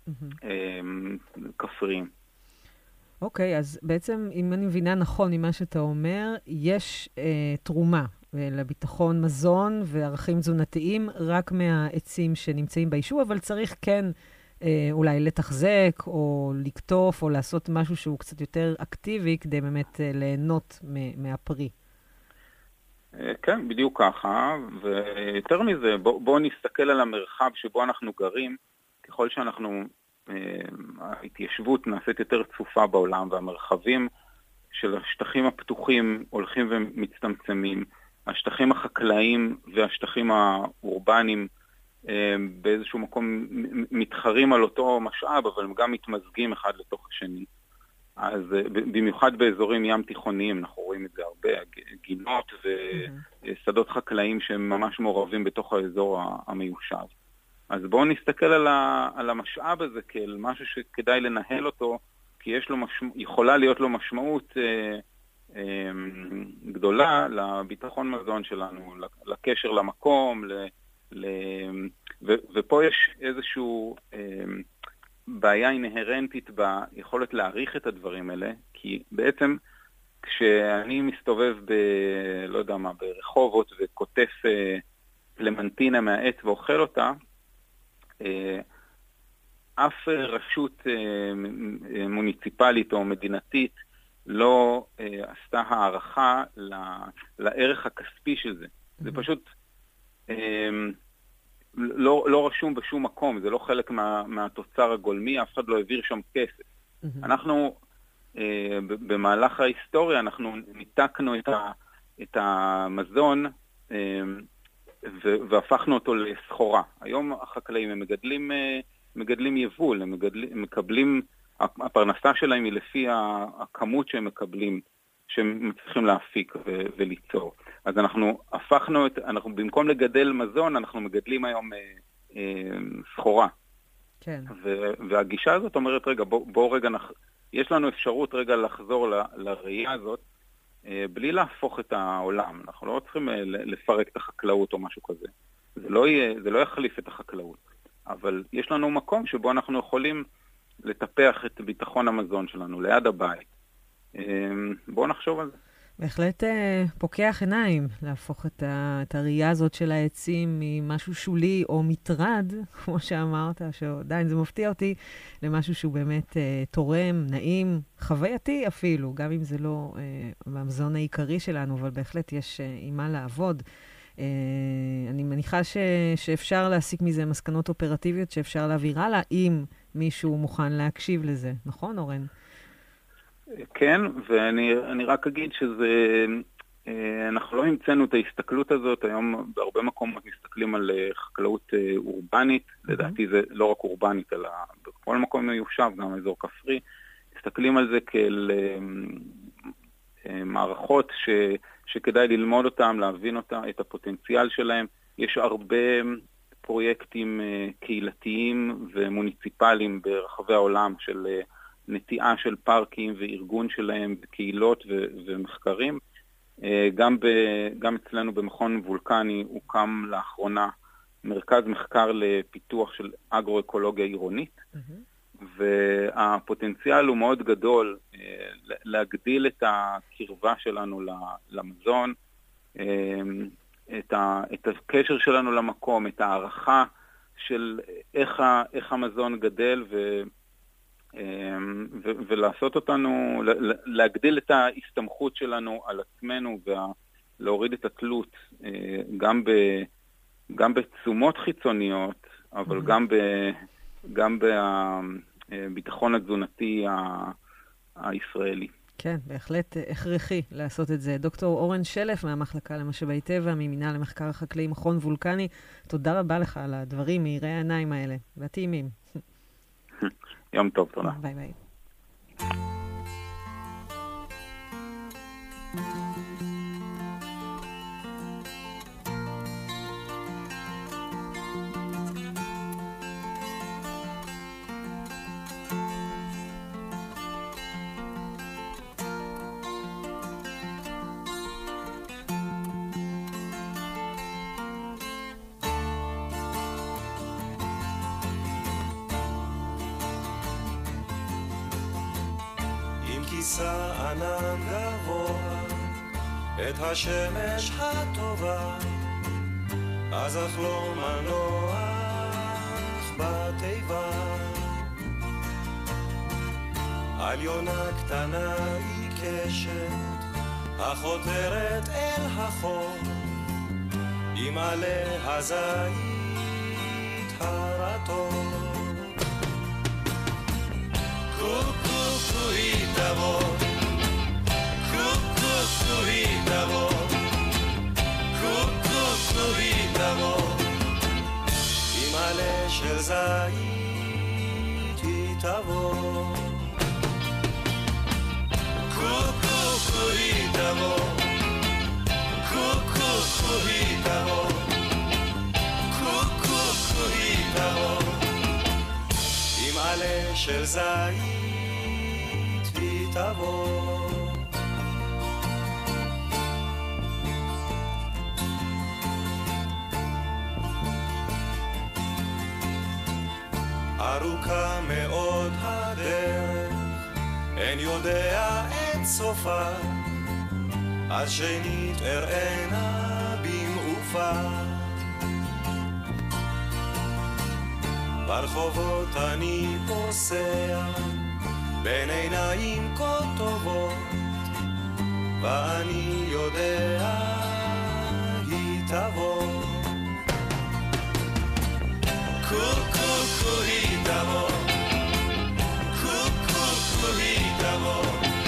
כפריים. אוקיי, אז בעצם אם אני מבינה נכון ממה שאתה אומר, יש תרומה לביטחון מזון וערכים תזונתיים רק מהעצים שנמצאים ביישוב, אבל צריך כן אולי לתחזק, או לקטוף, או לעשות משהו שהוא קצת יותר אקטיבי, כדי באמת ליהנות מהפרי. כן, בדיוק ככה, ויותר מזה, בואו נסתכל על המרחב שבו אנחנו גרים, ככל שאנחנו, ההתיישבות נעשית יותר צופה בעולם, והמרחבים של השטחים הפתוחים הולכים ומצטמצמים, השטחים החקלאיים והשטחים האורבניים באיזשהו מקום מתחרים על אותו משאב, אבל הם גם מתמזגים אחד לתוך השני. אז במיוחד באזורים ים תיכוניים, אנחנו רואים את זה הרבה, גינות ושדות חקלאיים שהם ממש מעורבים בתוך האזור המיושב. אז בואו נסתכל על המשאב הזה כאל משהו שכדאי לנהל אותו, כי יכולה להיות לו משמעות גדולה לביטחון מזון שלנו, לקשר למקום, ופה יש איזשהו בעיה אינהרנטית ביכולת להעריך את הדברים האלה, כי בעצם כשאני מסתובב לא יודע מה, ברחובות וכותף קלמנטינה מהעץ ואוכל אותה, אף רשות מוניציפלית או מדינתית לא עשתה הערכה לערך הכספי של זה. זה פשוט לא רשום בשום מקום, זה לא חלק מהתוצר הגולמי, אף אחד לא העביר שם כסף. אנחנו, במהלך ההיסטוריה, אנחנו ניתקנו את המזון והפכנו אותו לסחורה. היום החקלאים הם מגדלים יבול, הם מקבלים, הפרנסה שלהם היא לפי הכמות שהם מקבלים, שהם מצליחים להפיק וליצור. אז אנחנו במקום לגדל מזון, אנחנו מגדלים היום סחורה. כן. והגישה הזאת אומרת, רגע, בוא רגע, יש לנו אפשרות רגע לחזור לראייה הזאת, בלי להפוך את העולם. אנחנו לא צריכים לפרק את החקלאות או משהו כזה. זה לא יחליף את החקלאות. אבל יש לנו מקום שבו אנחנו יכולים לטפח את ביטחון המזון שלנו, ליד הבית. בואו נחשוב על זה. בהחלט פוקח עיניים להפוך את הראייה הזאת של העצים ממשהו שולי או מטרד, כמו שאמרת, שעדיין זה מפתיע אותי, למשהו שהוא באמת תורם, נעים, חווייתי אפילו, גם אם זה לא במזון העיקרי שלנו, אבל בהחלט יש עם מה לעבוד. אני מניחה שאפשר להסיק מזה מסקנות אופרטיביות שאפשר להעביר הלאה, אם מישהו מוכן להקשיב לזה. נכון, אורן? כן, ואני רק אגיד אנחנו לא המצאנו את ההסתכלות הזאת, היום בהרבה מקומות מסתכלים על חקלאות אורבנית, לדעתי זה לא רק אורבנית, אלא בכל מקום מיושב, גם אזור כפרי, מסתכלים על זה כאל מערכות שכדאי ללמוד אותם, להבין אותם, את הפוטנציאל שלהם. יש הרבה פרויקטים קהילתיים ומוניציפליים ברחבי העולם של נטיעה של פארקים וארגון שלהם בקהילות ומחקרים. גם אצלנו במכון וולקני הוקם לאחרונה מרכז מחקר לפיתוח של אגרו-אקולוגיה עירונית, והפוטנציאל הוא מאוד גדול להגדיל את הקרבה שלנו למזון, את הקשר שלנו למקום, את הערכה של איך המזון גדל ולעשות אותנו, להגדיל את ההסתמכות שלנו על עצמנו ולהוריד את התלות גם בתשומות חיצוניות, אבל גם בביטחון התזונתי הישראלי. כן, בהחלט הכרחי לעשות את זה. דוקטור אורן שלף מהמחלקה למשאבי טבע, ממינהל למחקר החקלאי מכון וולקני, תודה רבה לך על הדברים מאירי העיניים האלה והטעימים. יום טוב, תודה. ביי ביי. כיסה ענן גבוה את השמש הטובה, אז אך לא מנוח בתיבה. על יונה קטנה עיקשת החותרת אל החור עם עלה הזית הרטוב. קוקו היא תבוא, קוקו היא תבוא, קוקו היא תבוא, עם עלה של זית היא תבוא. קוקו היא תבוא, קוקו היא תבוא, קוקו היא תבוא, עם עלה של זית היא תבוא. ארוכה מאוד הדרך, אין יודע את סופה, אז שנית אראנה במעופה. ברחובות אני פוסע, בין עיניים כה טובות, ואני יודע היא תבוא. קוקו היא תבוא, קוקו היא תבוא,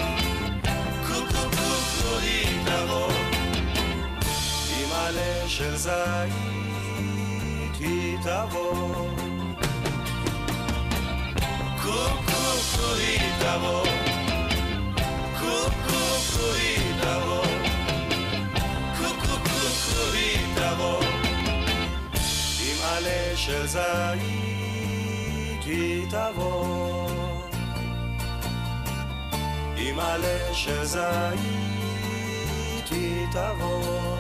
קוקו היא תבוא, עם עלה של זית היא תבוא. קוקו היא תבוא, קוקו היא תבוא, קוקו היא תבוא, עם עלה של זית היא תבוא, עם עלה של זית היא תבוא.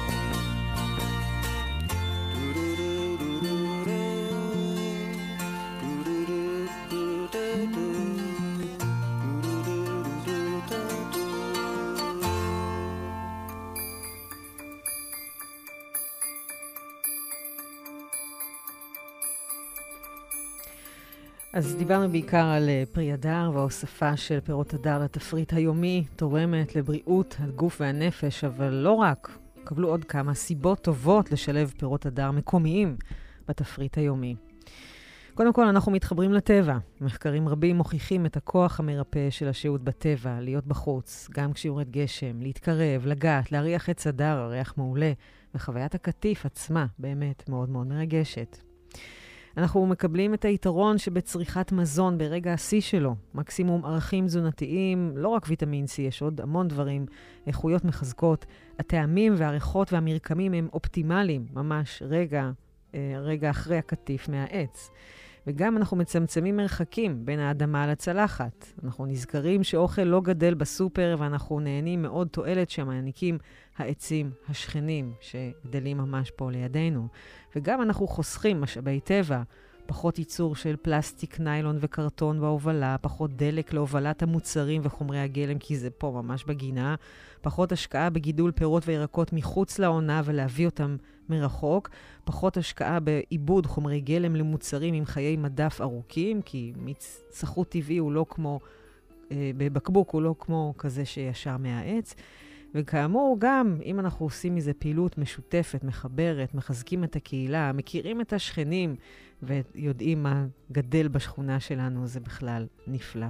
אז דיברנו בעיקר על פרי הדר וההוספה של פירות הדר לתפריט היומי, תורמת לבריאות הגוף והנפש, אבל לא רק. קבלו עוד כמה סיבות טובות לשלב פירות הדר מקומיים בתפריט היומי. קודם כל, אנחנו מתחברים לטבע. מחקרים רבים מוכיחים את הכוח המרפא של השהות בטבע, להיות בחוץ, גם כשיורד גשם, להתקרב, לגעת, להריח עץ הדר, הריח מעולה, וחוויית הקטיף עצמה באמת מאוד מאוד מרגשת. אנחנו מקבלים את היתרון שבצריכת מזון ברגע השיא שלו. מקסימום ערכים תזונתיים, לא רק ויטמין C, יש עוד המון דברים, איכויות מחזקות. הטעמים והריחות והמרקמים הם אופטימליים, ממש רגע אחרי הקטיף מהעץ. וגם אנחנו מצמצמים מרחקים בין האדמה לצלחת. אנחנו נזכרים שאוכל לא גדל בסופר, ואנחנו נהנים מאוד תועלת שמעניקים העצים השכנים שגדלים ממש פה לידינו. וגם אנחנו חוסכים משאבי טבע, פחות ייצור של פלסטיק, ניילון וקרטון בהובלה, פחות דלק להובלת המוצרים וחומרי הגלם, כי זה פה ממש בגינה, פחות השקעה בגידול פירות וירקות מחוץ לעונה ולהביא אותם מרחוק, פחות השקעה בעיבוד חומרי גלם למוצרים עם חיי מדף ארוכים, כי מיץ סחוט טבעי הוא לא כמו, בבקבוק הוא לא כמו כזה שישר מהעץ. וכאמור גם, אם אנחנו עושים מזה פעילות משותפת, מחברת, מחזקים את הקהילה, מכירים את השכנים ויודעים מה גדל בשכונה שלנו, זה בכלל נפלא.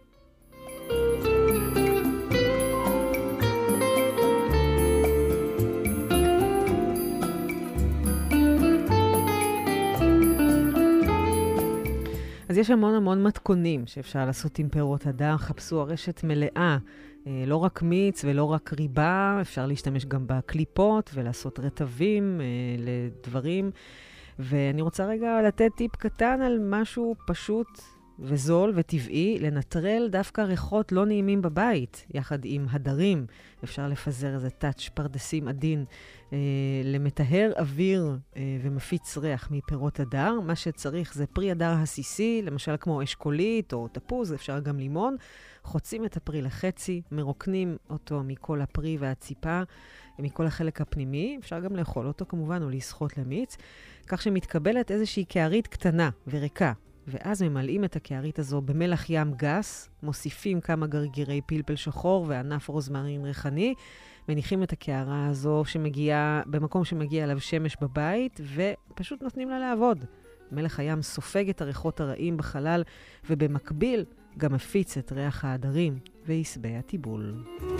אז יש המון מתכונים שאפשר לעשות עם פירות הדר. חפשו הרשת מלאה, לא רק מיץ ולא רק ריבה, אפשר להשתמש גם בקליפות ולעשות רטבים לדברים. ואני רוצה רגע לתת טיפ קטן על משהו פשוט וזול וטבעי, לנטרל דווקא ריחות לא נעימים בבית, יחד עם הדרים. אפשר לפזר איזה טאץ' פרדסים עדין, למטהר אוויר ומפיץ ריח מפירות הדר. מה שצריך זה פרי הדר הסיסי, למשל כמו אשכולית או תפוז, אפשר גם לימון. חוצים את הפרי לחצי, מרוקנים אותו מכל הפרי והציפה, מכל החלק הפנימי. אפשר גם לאכול אותו כמובן או לסחוט למיץ, כך שמתקבלת איזושהי קערית קטנה וריקה. ואז ממלאים את הקערית הזו במלח ים גס, מוסיפים כמה גרגירי פלפל שחור וענף רוזמרין ריחני, מניחים את הקערה הזו במקום שמגיע אליו שמש בבית, ופשוט נותנים לה לעבוד. מלח הים סופג את הריחות הרעים בחלל, ובמקביל גם מפיץ את ריח העדרים ויסבי הטיבול.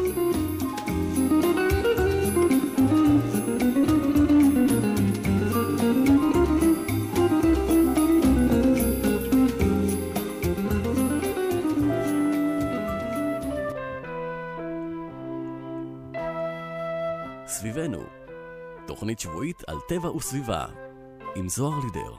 סביבנו, תוכנית שבועית על טבע וסביבה, עם זוהר לידר.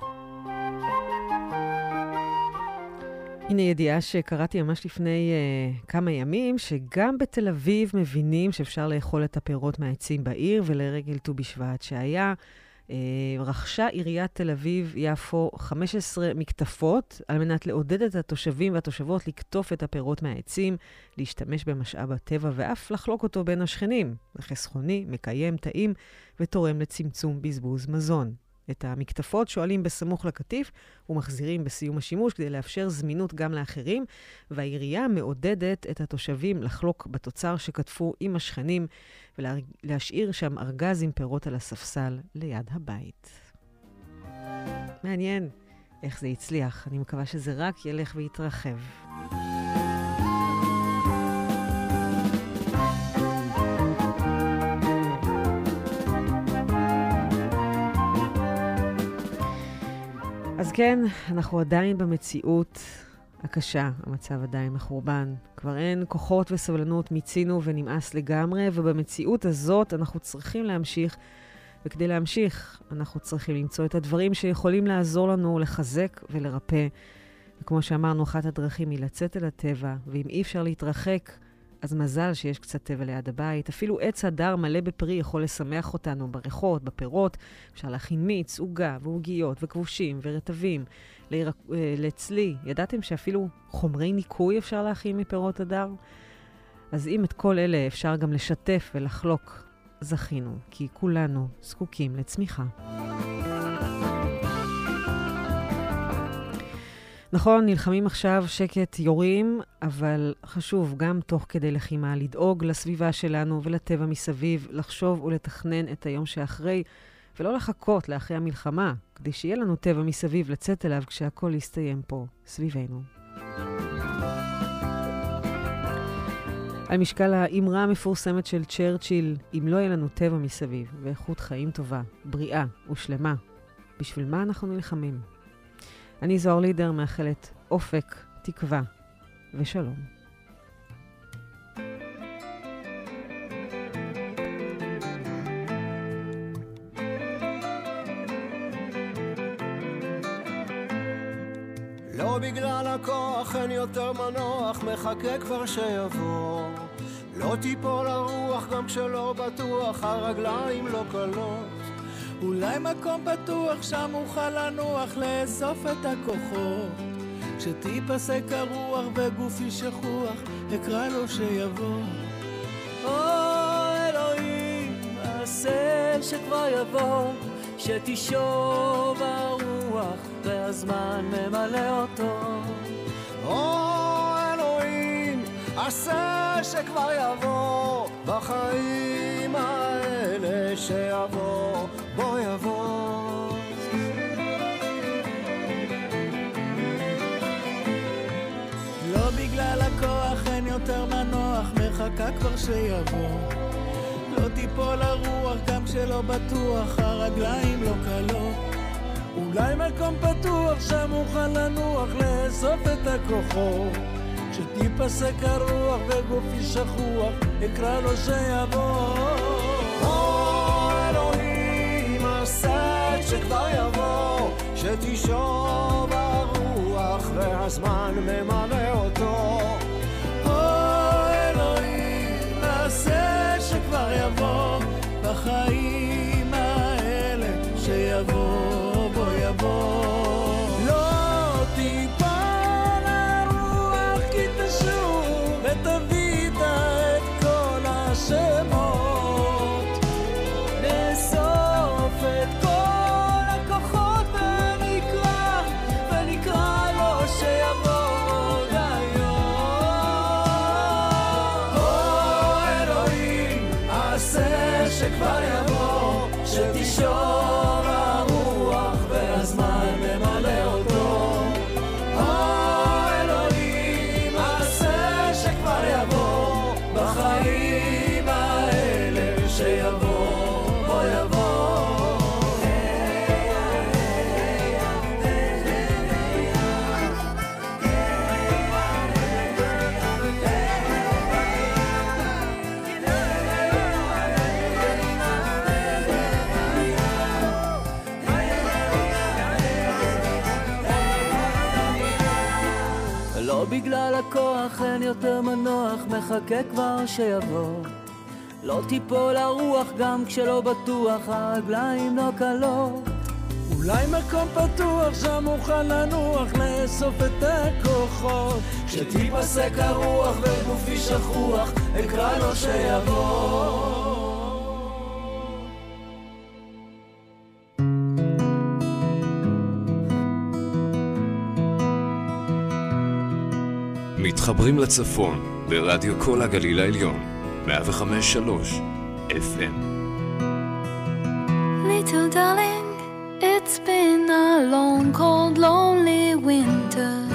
הנה ידיעה שקראתי ממש לפני כמה ימים, שגם בתל אביב מבינים שאפשר לאכול את הפירות מהעצים בעיר, ולרגל ט"ו בשבט שהיה, רכשה עיריית תל אביב יפו 15 מקטפות, על מנת לעודד את התושבים והתושבות לקטוף את הפירות מהעצים, להשתמש במשאב הטבע ואף לחלוק אותו בין השכנים. זה חסכוני, מקיים, טעים ותורם לצמצום בזבוז מזון. את המקטפות שואלים בסמוך לקטיף ומחזירים בסיום השימוש כדי לאפשר זמינות גם לאחרים, והעירייה מעודדת את התושבים לחלוק בתוצר שכתפו עם השכנים ולהשאיר שם ארגז עם פירות על הספסל ליד הבית. מעניין איך זה יצליח. אני מקווה שזה רק ילך ויתרחב. אז כן, אנחנו עדיין במציאות הקשה, המצב עדיין מחורבן. כבר אין כוחות וסבלנות, מיצינו ונמאס לגמרי, ובמציאות הזאת אנחנו צריכים להמשיך, וכדי להמשיך אנחנו צריכים למצוא את הדברים שיכולים לעזור לנו לחזק ולרפא. וכמו שאמרנו, אחת הדרכים היא לצאת אל הטבע, ואם אי אפשר להתרחק, אז מזל שיש קצת טבע ליד הבית. אפילו עץ הדר מלא בפרי יכול לשמח אותנו בריחות, בפירות. אפשר להכין מיץ, עוגה ועוגיות וכבושים ורטבים. לצלי, ידעתם שאפילו חומרי ניקוי אפשר להכין מפירות הדר? אז אם את כל אלה אפשר גם לשתף ולחלוק, זכינו, כי כולנו זקוקים לצמיחה. נכון, נלחמים עכשיו, שקט יורים, אבל חשוב גם תוך כדי לחימה לדאוג לסביבה שלנו ולטבע מסביב, לחשוב ולתכנן את היום שאחרי, ולא לחכות לאחרי המלחמה, כדי שיהיה לנו טבע מסביב לצאת אליו כשהכל יסתיים פה, סביבנו. על משקל האמרה המפורסמת של צ'רצ'יל, אם לא יהיה לנו טבע מסביב ואיכות חיים טובה, בריאה ושלמה, בשביל מה אנחנו נלחמים? אני זוהר לידר, מאחלת אופק, תקווה ושלום. לא בגלל הכוח אין יותר מנוח, מחכה כבר שיבוא. לא תיפול הרוח גם כשלא בטוח, הרגליים לא קלות. אולי מקום בטוח שם אוכל לנוח, לאסוף את הכוחות. כשתיפסק הרוח וגופי שכוח, אקרא לו שיבוא. אלוהים, עשה שכבר יבוא, שתשוב הרוח והזמן ממלא אותו. אלוהים, עשה שכבר יבוא, בחיים האלה שיבוא, בוא יבוא. לא בגלל הכוח אין יותר מנוח, מחכה כבר שיבוא. לא תיפול הרוח גם כשלא בטוח, הרגליים לא קלות. אולי מקום פתוח שם אוכל לנוח, לאסוף את הכוחות. כשתיפסק הרוח וגופי שכוח, אקרא לו שיבוא. אלוהים, עשה שכבר יבוא, שתשוב הרוח והזמן ממלא אותו. אלוהים, עשה שכבר יבוא, בחיים האלה שיבוא, בוא יבוא. לא תיפול הרוח כי תשוב ותביא את כל השמות, נאסוף את כל הכוחות ונקרא לו שתשור הרוח והזמן ממלא אותו. אלוהים עשה שכבר יבוא בחיים האלה שיבוא בוא יבוא. לא בגלל הכוח אין יותר מנוח, מחכה כבר שיבוא. לא תיפול הרוח גם כשלא בטוח, הרגליים לא קלות. אולי מקום פתוח שם מוכן לנוח, לאסוף את הכוחות. כשתיפסק הרוח וגופי שכוח, אקרא לו שיבוא. מתחברים לצפון ברדיו כל הגליל העליון 105.3 FM. Little darling, it's been a long, cold, lonely winter.